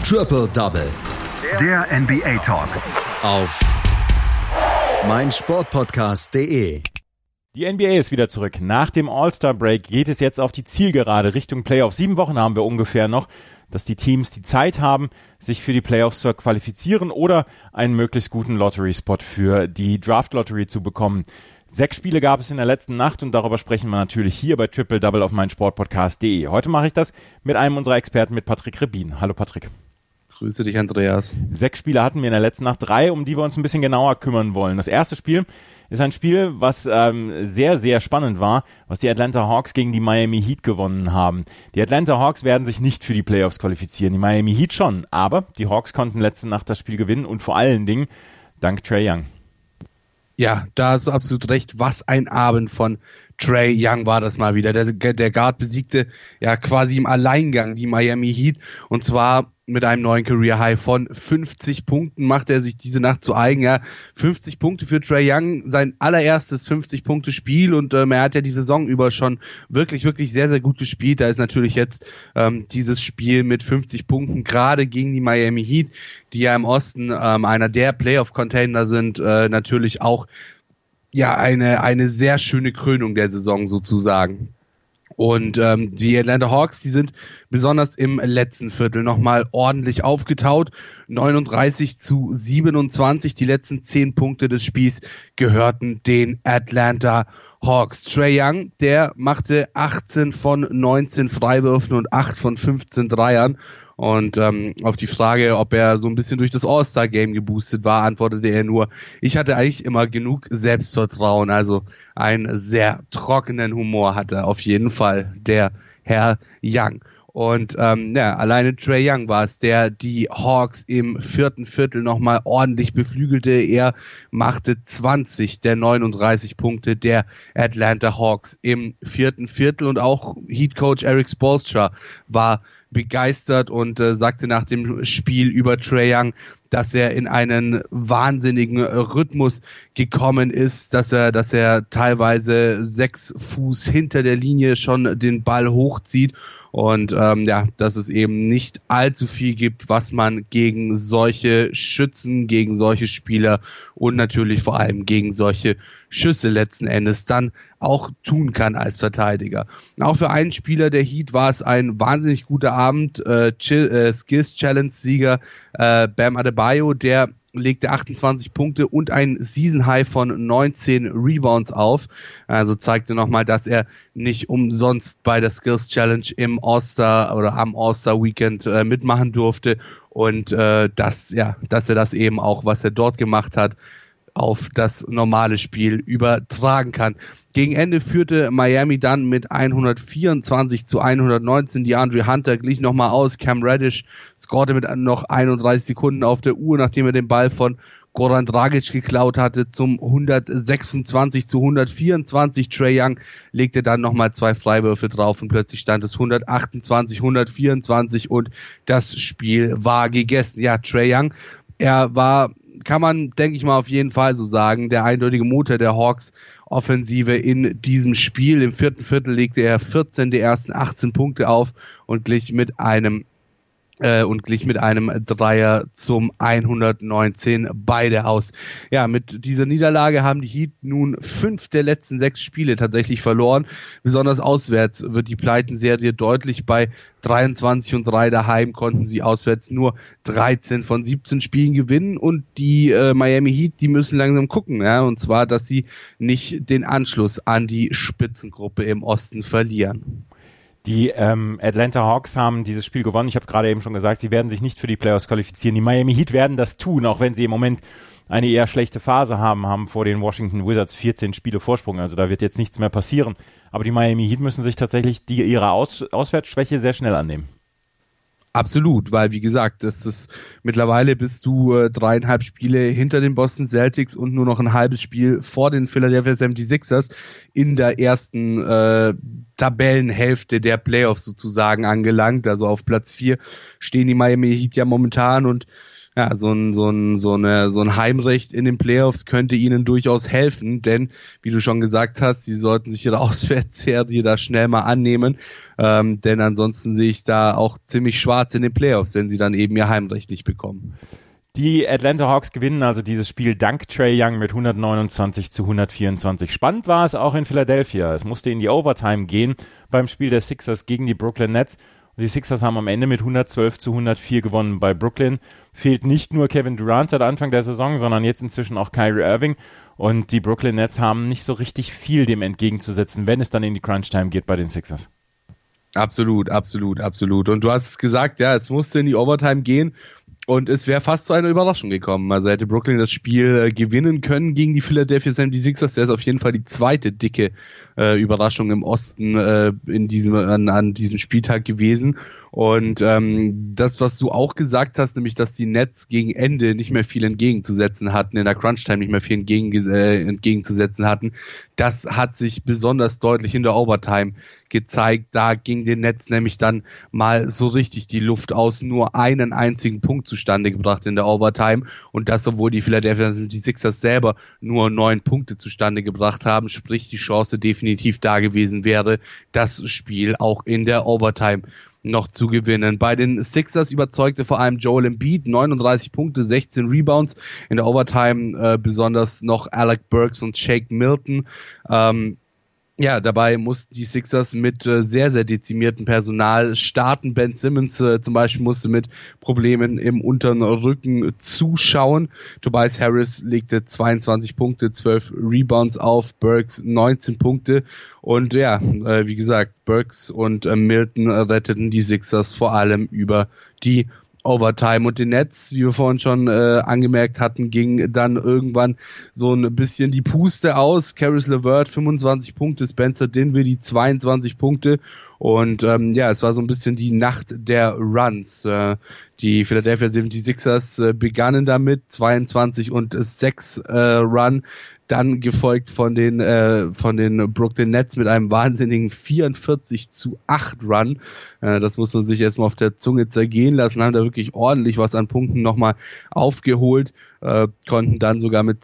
Triple Double. Der NBA Talk. Auf meinsportpodcast.de. Die NBA ist wieder zurück. Nach dem All-Star-Break geht es jetzt auf die Zielgerade Richtung Playoffs. 7 Wochen haben wir ungefähr noch, dass die Teams die Zeit haben, sich für die Playoffs zu qualifizieren oder einen möglichst guten Lottery-Spot für die Draft-Lottery zu bekommen. 6 Spiele gab es in der letzten Nacht und darüber sprechen wir natürlich hier bei Triple Double auf meinsportpodcast.de. Heute mache ich das mit einem unserer Experten, mit Patrick Rebin. Hallo Patrick. Grüße dich, Andreas. 6 Spiele hatten wir in der letzten Nacht, 3, um die wir uns ein bisschen genauer kümmern wollen. Das erste Spiel ist ein Spiel, was sehr, sehr spannend war, was die Atlanta Hawks gegen die Miami Heat gewonnen haben. Die Atlanta Hawks werden sich nicht für die Playoffs qualifizieren, die Miami Heat schon. Aber die Hawks konnten letzte Nacht das Spiel gewinnen und vor allen Dingen dank Trae Young. Ja, da hast du absolut recht. Was ein Abend von Trae Young war das mal wieder. Der Guard besiegte ja quasi im Alleingang die Miami Heat und zwar mit einem neuen Career High von 50 Punkten macht er sich diese Nacht zu eigen. Ja, 50 Punkte für Trae Young, sein allererstes 50-Punkte-Spiel und er hat ja die Saison über schon wirklich, wirklich sehr, sehr gut gespielt. Da ist natürlich jetzt dieses Spiel mit 50 Punkten gerade gegen die Miami Heat, die ja im Osten einer der Playoff-Contender sind, natürlich auch ja eine sehr schöne Krönung der Saison sozusagen. Und die Atlanta Hawks, die sind besonders im letzten Viertel nochmal ordentlich aufgetaut. 39-27, die letzten 10 Punkte des Spiels gehörten den Atlanta Hawks. Trae Young, der machte 18 von 19 Freiwürfen und 8 von 15 Dreiern. Und auf die Frage, ob er so ein bisschen durch das All-Star-Game geboostet war, antwortete er nur, ich hatte eigentlich immer genug Selbstvertrauen. Also einen sehr trockenen Humor hatte auf jeden Fall der Herr Young. Und alleine Trae Young war es, der die Hawks im vierten Viertel nochmal ordentlich beflügelte. Er machte 20 der 39 Punkte der Atlanta Hawks im vierten Viertel. Und auch Heat-Coach Erik Spoelstra war begeistert und sagte nach dem Spiel über Trae Young, dass er in einen wahnsinnigen Rhythmus gekommen ist, dass er teilweise 6 Fuß hinter der Linie schon den Ball hochzieht und dass es eben nicht allzu viel gibt, was man gegen solche Schützen, gegen solche Spieler und natürlich vor allem gegen solche Schüsse letzten Endes dann auch tun kann als Verteidiger. Auch für einen Spieler der Heat war es ein wahnsinnig guter Abend. Skills Challenge Sieger Bam Adebayo, der legte 28 Punkte und ein Season High von 19 Rebounds auf. Also zeigte nochmal, dass er nicht umsonst bei der Skills Challenge im All-Star oder am All-Star Weekend mitmachen durfte und dass er das eben auch, was er dort gemacht hat, auf das normale Spiel übertragen kann. Gegen Ende führte Miami dann mit 124-119. DeAndre Hunter glich nochmal aus. Cam Reddish scorte mit noch 31 Sekunden auf der Uhr, nachdem er den Ball von Goran Dragic geklaut hatte, zum 126-124. Trae Young legte dann nochmal 2 Freiwürfe drauf und plötzlich stand es 128-124 und das Spiel war gegessen. Ja, Trae Young, er war, kann man, denke ich mal, auf jeden Fall so sagen, der eindeutige Motor der Hawks Offensive in diesem Spiel. Im vierten Viertel legte er 14 der ersten 18 Punkte auf und glich mit einem Dreier zum 119 beide aus. Ja, mit dieser Niederlage haben die Heat nun 5 der letzten 6 Spiele tatsächlich verloren. Besonders auswärts wird die Pleitenserie deutlich. Bei 23-3 daheim konnten sie auswärts nur 13 von 17 Spielen gewinnen und die Miami Heat, die müssen langsam gucken, ja, und zwar, dass sie nicht den Anschluss an die Spitzengruppe im Osten verlieren. Die Atlanta Hawks haben dieses Spiel gewonnen. Ich habe gerade eben schon gesagt, sie werden sich nicht für die Playoffs qualifizieren. Die Miami Heat werden das tun, auch wenn sie im Moment eine eher schlechte Phase haben vor den Washington Wizards 14 Spiele Vorsprung. Also da wird jetzt nichts mehr passieren. Aber die Miami Heat müssen sich tatsächlich ihrer Auswärtsschwäche sehr schnell annehmen. Absolut, weil wie gesagt, mittlerweile bist du 3,5 Spiele hinter den Boston Celtics und nur noch ein halbes Spiel vor den Philadelphia 76ers in der ersten Tabellenhälfte der Playoffs sozusagen angelangt. Also auf Platz 4 stehen die Miami Heat ja momentan und ja, so ein Heimrecht in den Playoffs könnte ihnen durchaus helfen, denn wie du schon gesagt hast, sie sollten sich ihre Auswärtsserie da schnell mal annehmen, denn ansonsten sehe ich da auch ziemlich schwarz in den Playoffs, wenn sie dann eben ihr Heimrecht nicht bekommen. Die Atlanta Hawks gewinnen also dieses Spiel dank Trae Young mit 129-124. Spannend war es auch in Philadelphia. Es musste in die Overtime gehen beim Spiel der Sixers gegen die Brooklyn Nets. Und die Sixers haben am Ende mit 112-104 gewonnen. Bei Brooklyn fehlt nicht nur Kevin Durant seit Anfang der Saison, sondern jetzt inzwischen auch Kyrie Irving. Und die Brooklyn Nets haben nicht so richtig viel dem entgegenzusetzen, wenn es dann in die Crunch-Time geht bei den Sixers. Absolut. Und du hast es gesagt, ja, es musste in die Overtime gehen. Und es wäre fast zu einer Überraschung gekommen. Also hätte Brooklyn das Spiel gewinnen können gegen die Philadelphia 76ers, wäre es auf jeden Fall die zweite dicke Überraschung im Osten an diesem Spieltag gewesen. Und das, was du auch gesagt hast, nämlich, dass die Nets gegen Ende nicht mehr viel entgegenzusetzen hatten, in der Crunch-Time nicht mehr viel entgegenzusetzen hatten, das hat sich besonders deutlich in der Overtime gezeigt. Da ging den Nets nämlich dann mal so richtig die Luft aus, nur einen einzigen Punkt zustande gebracht in der Overtime. Und das, obwohl die Philadelphia 76ers selber nur 9 Punkte zustande gebracht haben, sprich die Chance definitiv da gewesen wäre, das Spiel auch in der Overtime noch zu gewinnen. Bei den Sixers überzeugte vor allem Joel Embiid, 39 Punkte, 16 Rebounds. In der Overtime besonders noch Alec Burks und Shake Milton. Dabei mussten die Sixers mit sehr, sehr dezimiertem Personal starten. Ben Simmons zum Beispiel musste mit Problemen im unteren Rücken zuschauen. Tobias Harris legte 22 Punkte, 12 Rebounds auf, Burks 19 Punkte. Und wie gesagt, Burks und Milton retteten die Sixers vor allem über die Overtime. Und den Nets, wie wir vorhin schon angemerkt hatten, ging dann irgendwann so ein bisschen die Puste aus. Caris LeVert 25 Punkte, Spencer Dinwiddie 22 Punkte. Und es war so ein bisschen die Nacht der Runs. Die Philadelphia 76ers begannen damit 22-6 Run, dann gefolgt von den Brooklyn Nets mit einem wahnsinnigen 44-8 Run. Das muss man sich erstmal auf der Zunge zergehen lassen, haben da wirklich ordentlich was an Punkten nochmal aufgeholt, konnten dann sogar mit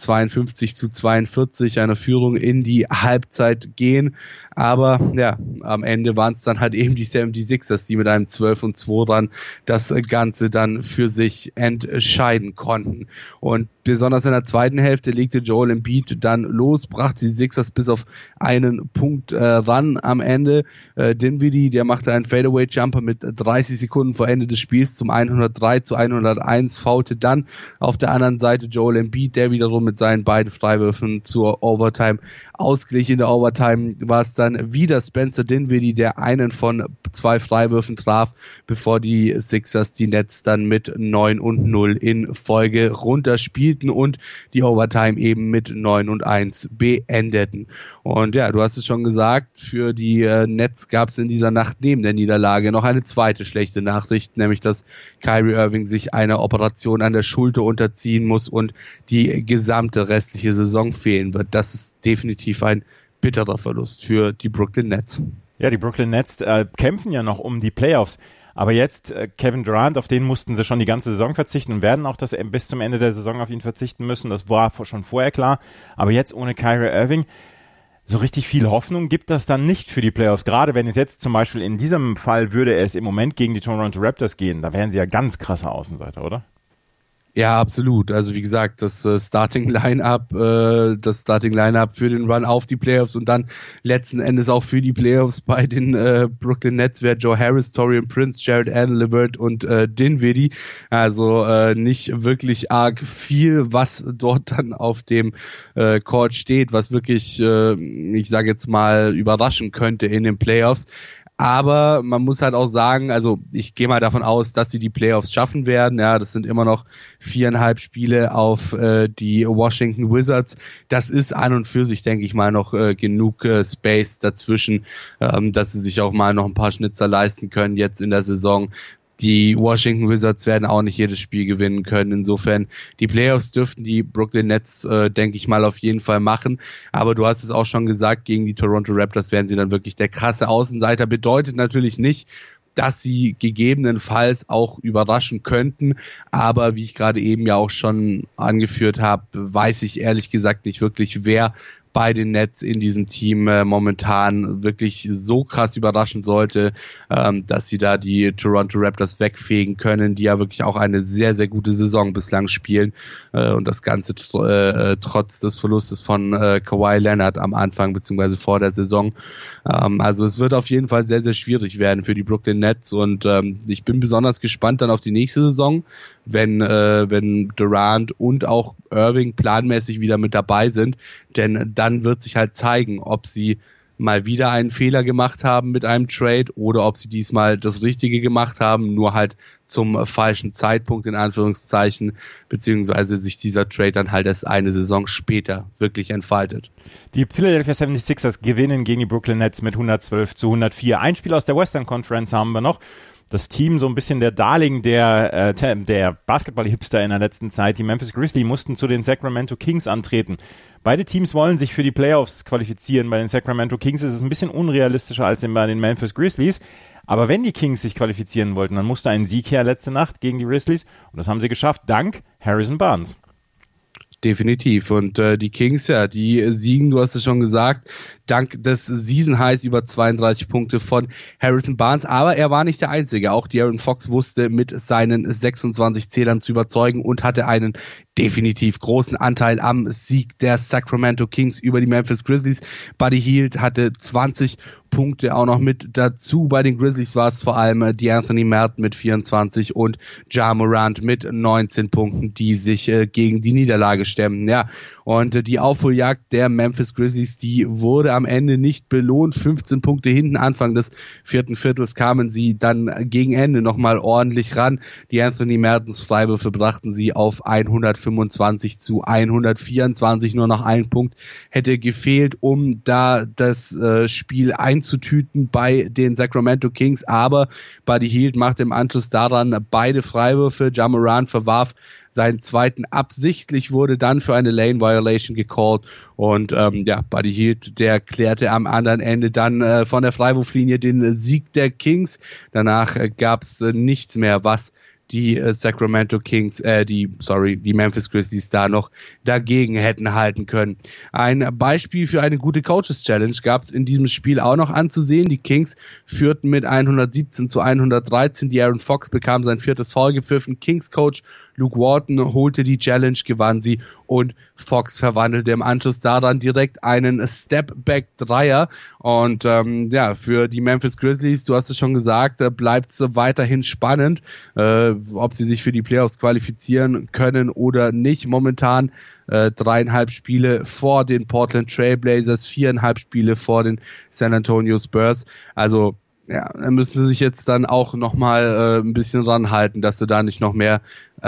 52-42 einer Führung in die Halbzeit gehen. Aber am Ende waren es dann halt eben die 76ers, die mit einem 12-2 Run das Ganze dann für sich entscheiden konnten. Und besonders in der zweiten Hälfte legte Joel Embiid dann los, brachte die Sixers bis auf einen Punkt ran am Ende. Dinwiddie, der machte einen Fadeaway-Jumper mit 30 Sekunden vor Ende des Spiels zum 103-101, foulte dann auf der anderen Seite Joel Embiid, der wiederum mit seinen beiden Freiwürfen zur Overtime ausgleich. In der Overtime war es dann wieder Spencer Dinwiddie, der einen von 2 Freiwürfen traf, bevor die Sixers die Nets dann mit 9-0 in Folge runterspielten und die Overtime eben mit 9-1 beendeten. Und du hast es schon gesagt, für die Nets gab es in dieser Nacht neben der Niederlage noch eine zweite schlechte Nachricht, nämlich dass Kyrie Irving sich einer Operation an der Schulter unterziehen muss und die gesamte restliche Saison fehlen wird. Das ist definitiv ein bitterer Verlust für die Brooklyn Nets. Ja, die Brooklyn Nets kämpfen ja noch um die Playoffs. Aber jetzt Kevin Durant, auf den mussten sie schon die ganze Saison verzichten und werden auch bis zum Ende der Saison auf ihn verzichten müssen. Das war schon vorher klar. Aber jetzt ohne Kyrie Irving, so richtig viel Hoffnung gibt das dann nicht für die Playoffs. Gerade wenn es jetzt zum Beispiel in diesem Fall würde es im Moment gegen die Toronto Raptors gehen, da wären sie ja ganz krasse Außenseiter, oder? Ja, absolut. Also wie gesagt, das Starting Lineup für den Run auf die Playoffs und dann letzten Endes auch für die Playoffs bei den Brooklyn Nets wäre Joe Harris, Taurean Prince, Jared Allen, LeVert und Dinwiddie. Also nicht wirklich arg viel, was dort dann auf dem Court steht, was wirklich, ich sage jetzt mal, überraschen könnte in den Playoffs. Aber man muss halt auch sagen, also ich gehe mal davon aus, dass sie die Playoffs schaffen werden. Ja, das sind immer noch 4,5 Spiele auf die Washington Wizards. Das ist an und für sich, denke ich mal, noch genug Space dazwischen, dass sie sich auch mal noch ein paar Schnitzer leisten können jetzt in der Saison. Die Washington Wizards werden auch nicht jedes Spiel gewinnen können. Insofern, die Playoffs dürften die Brooklyn Nets, denke ich mal, auf jeden Fall machen. Aber du hast es auch schon gesagt, gegen die Toronto Raptors werden sie dann wirklich der krasse Außenseiter. Bedeutet natürlich nicht, dass sie gegebenenfalls auch überraschen könnten. Aber wie ich gerade eben ja auch schon angeführt habe, weiß ich ehrlich gesagt nicht wirklich, wer bei den Nets in diesem Team momentan wirklich so krass überraschen sollte, dass sie da die Toronto Raptors wegfegen können, die ja wirklich auch eine sehr, sehr gute Saison bislang spielen und das Ganze trotz des Verlustes von Kawhi Leonard am Anfang beziehungsweise vor der Saison. Also es wird auf jeden Fall sehr, sehr schwierig werden für die Brooklyn Nets und ich bin besonders gespannt dann auf die nächste Saison, wenn Durant und auch Irving planmäßig wieder mit dabei sind, denn dann wird sich halt zeigen, ob sie mal wieder einen Fehler gemacht haben mit einem Trade oder ob sie diesmal das Richtige gemacht haben, nur halt zum falschen Zeitpunkt in Anführungszeichen, beziehungsweise sich dieser Trade dann halt erst eine Saison später wirklich entfaltet. Die Philadelphia 76ers gewinnen gegen die Brooklyn Nets mit 112-104. Ein Spiel aus der Western Conference haben wir noch. Das Team, so ein bisschen der Darling der Basketball-Hipster in der letzten Zeit. Die Memphis Grizzlies mussten zu den Sacramento Kings antreten. Beide Teams wollen sich für die Playoffs qualifizieren. Bei den Sacramento Kings ist es ein bisschen unrealistischer als bei den Memphis Grizzlies. Aber wenn die Kings sich qualifizieren wollten, dann musste ein Sieg her letzte Nacht gegen die Grizzlies. Und das haben sie geschafft, dank Harrison Barnes. Definitiv. Und die Kings, ja, die siegen, du hast es schon gesagt, dank des Season Highs über 32 Punkte von Harrison Barnes. Aber er war nicht der Einzige. Auch De'Aaron Fox wusste mit seinen 26 Zählern zu überzeugen und hatte einen definitiv großen Anteil am Sieg der Sacramento Kings über die Memphis Grizzlies. Buddy Hield hatte 20 Punkte auch noch mit dazu. Bei den Grizzlies war es vor allem DeAnthony Melton mit 24 und Ja Morant mit 19 Punkten, die sich gegen die Niederlage stemmen. Ja, und die Aufholjagd der Memphis Grizzlies, die wurde am Ende nicht belohnt. 15 Punkte hinten, Anfang des vierten Viertels kamen sie dann gegen Ende nochmal ordentlich ran. DeAnthony Meltons Freiwürfe brachten sie auf 125-124. Nur noch ein Punkt hätte gefehlt, um da das Spiel einzutüten bei den Sacramento Kings. Aber Buddy Hield machte im Anschluss daran beide Freiwürfe. Ja Morant verwarf seinen zweiten absichtlich, wurde dann für eine Lane Violation gecallt und Buddy Hield, der klärte am anderen Ende dann von der Freiwurflinie den Sieg der Kings. Danach gab es nichts mehr, was die die Memphis Grizzlies da noch dagegen hätten halten können. Ein Beispiel für eine gute Coaches Challenge gab es in diesem Spiel auch noch anzusehen. Die Kings führten mit 117-113. De'Aaron Fox bekam sein viertes Foul gepfiffen. Kings Coach Luke Walton holte die Challenge, gewann sie und Fox verwandelte im Anschluss daran direkt einen Step-Back-Dreier. Und für die Memphis Grizzlies, du hast es schon gesagt, bleibt es weiterhin spannend, ob sie sich für die Playoffs qualifizieren können oder nicht. Momentan 3,5 Spiele vor den Portland Trail Blazers, 4,5 Spiele vor den San Antonio Spurs. Also ja, da müssen sie sich jetzt dann auch nochmal ein bisschen ranhalten, dass sie da nicht noch mehr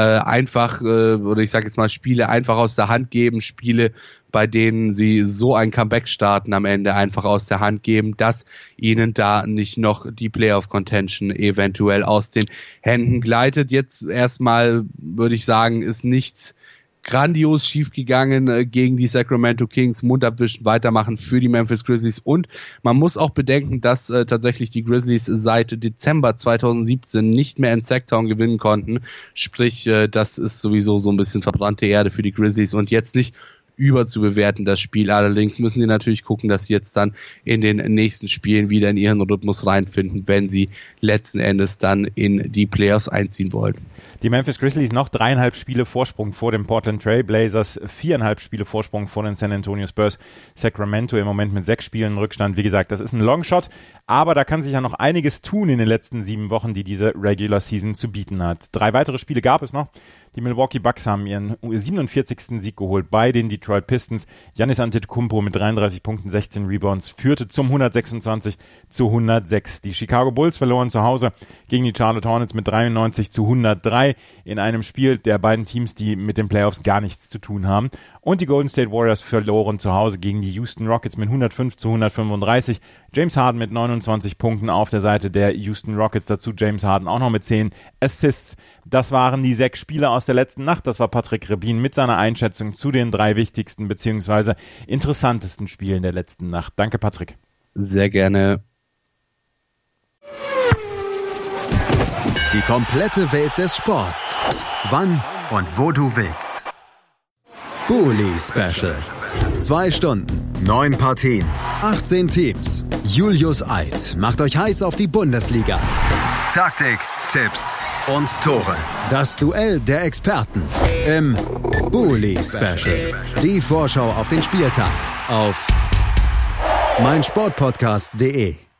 Spiele einfach aus der Hand geben, Spiele, bei denen sie so ein Comeback starten, am Ende einfach aus der Hand geben, dass ihnen da nicht noch die Playoff-Contention eventuell aus den Händen gleitet. Jetzt erstmal würde ich sagen, ist nichts grandios schiefgegangen gegen die Sacramento Kings, Mund abwischen, weitermachen für die Memphis Grizzlies und man muss auch bedenken, dass tatsächlich die Grizzlies seit Dezember 2017 nicht mehr in Sacktown gewinnen konnten, sprich das ist sowieso so ein bisschen verbrannte Erde für die Grizzlies und jetzt nicht überzubewerten, das Spiel. Allerdings müssen sie natürlich gucken, dass sie jetzt dann in den nächsten Spielen wieder in ihren Rhythmus reinfinden, wenn sie letzten Endes dann in die Playoffs einziehen wollen. Die Memphis Grizzlies noch 3,5 Spiele Vorsprung vor den Portland Trail Blazers, 4,5 Spiele Vorsprung vor den San Antonio Spurs. Sacramento im Moment mit 6 Spielen Rückstand. Wie gesagt, das ist ein Longshot, aber da kann sich ja noch einiges tun in den letzten 7 Wochen, die diese Regular Season zu bieten hat. 3 weitere Spiele gab es noch. Die Milwaukee Bucks haben ihren 47. Sieg geholt bei den Detroit Pistons. Giannis Antetokounmpo mit 33 Punkten, 16 Rebounds führte zum 126-106. Die Chicago Bulls verloren zu Hause gegen die Charlotte Hornets mit 93-103 in einem Spiel der beiden Teams, die mit den Playoffs gar nichts zu tun haben. Und die Golden State Warriors verloren zu Hause gegen die Houston Rockets mit 105-135. James Harden mit 29 Punkten auf der Seite der Houston Rockets. Dazu James Harden auch noch mit 10 Assists. Das waren die 6 Spiele aus der letzten Nacht. Das war Patrick Rebin mit seiner Einschätzung zu den 3 wichtigsten bzw. interessantesten Spielen der letzten Nacht. Danke, Patrick. Sehr gerne. Die komplette Welt des Sports. Wann und wo du willst. Bully Special. 2 Stunden, 9 Partien, 18 Teams. Julius Eid macht euch heiß auf die Bundesliga. Taktik, Tipps und Tore. Das Duell der Experten im Bully Special. Die Vorschau auf den Spieltag auf meinsportpodcast.de.